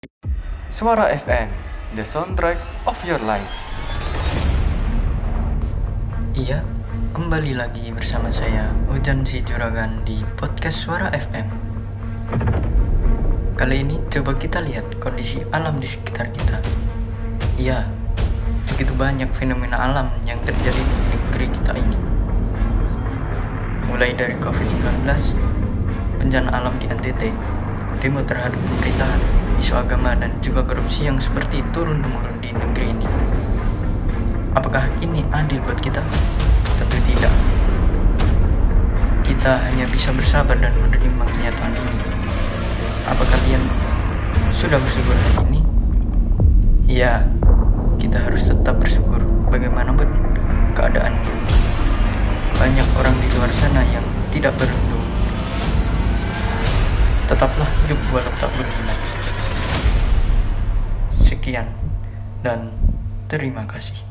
Suara FM, the soundtrack of your life. Iya, kembali lagi bersama saya Hujan Si Juragan di podcast Suara FM. Kali ini coba kita lihat kondisi alam di sekitar kita. Iya, begitu banyak fenomena alam yang terjadi di negeri kita ini. Mulai dari COVID-19, bencana alam di NTT, demo terhadap pemerintahan, isu agama, dan juga korupsi yang seperti turun-temurun di negeri ini. Apakah ini adil buat kita? Tentu tidak. Kita hanya bisa bersabar dan menerima kenyataan ini. Apa kalian sudah bersyukur hari ini? Ya, kita harus tetap bersyukur bagaimanapun keadaannya. Banyak orang di luar sana yang tidak beruntung. Tetaplah hidup walau tak berguna. Sekian dan terima kasih.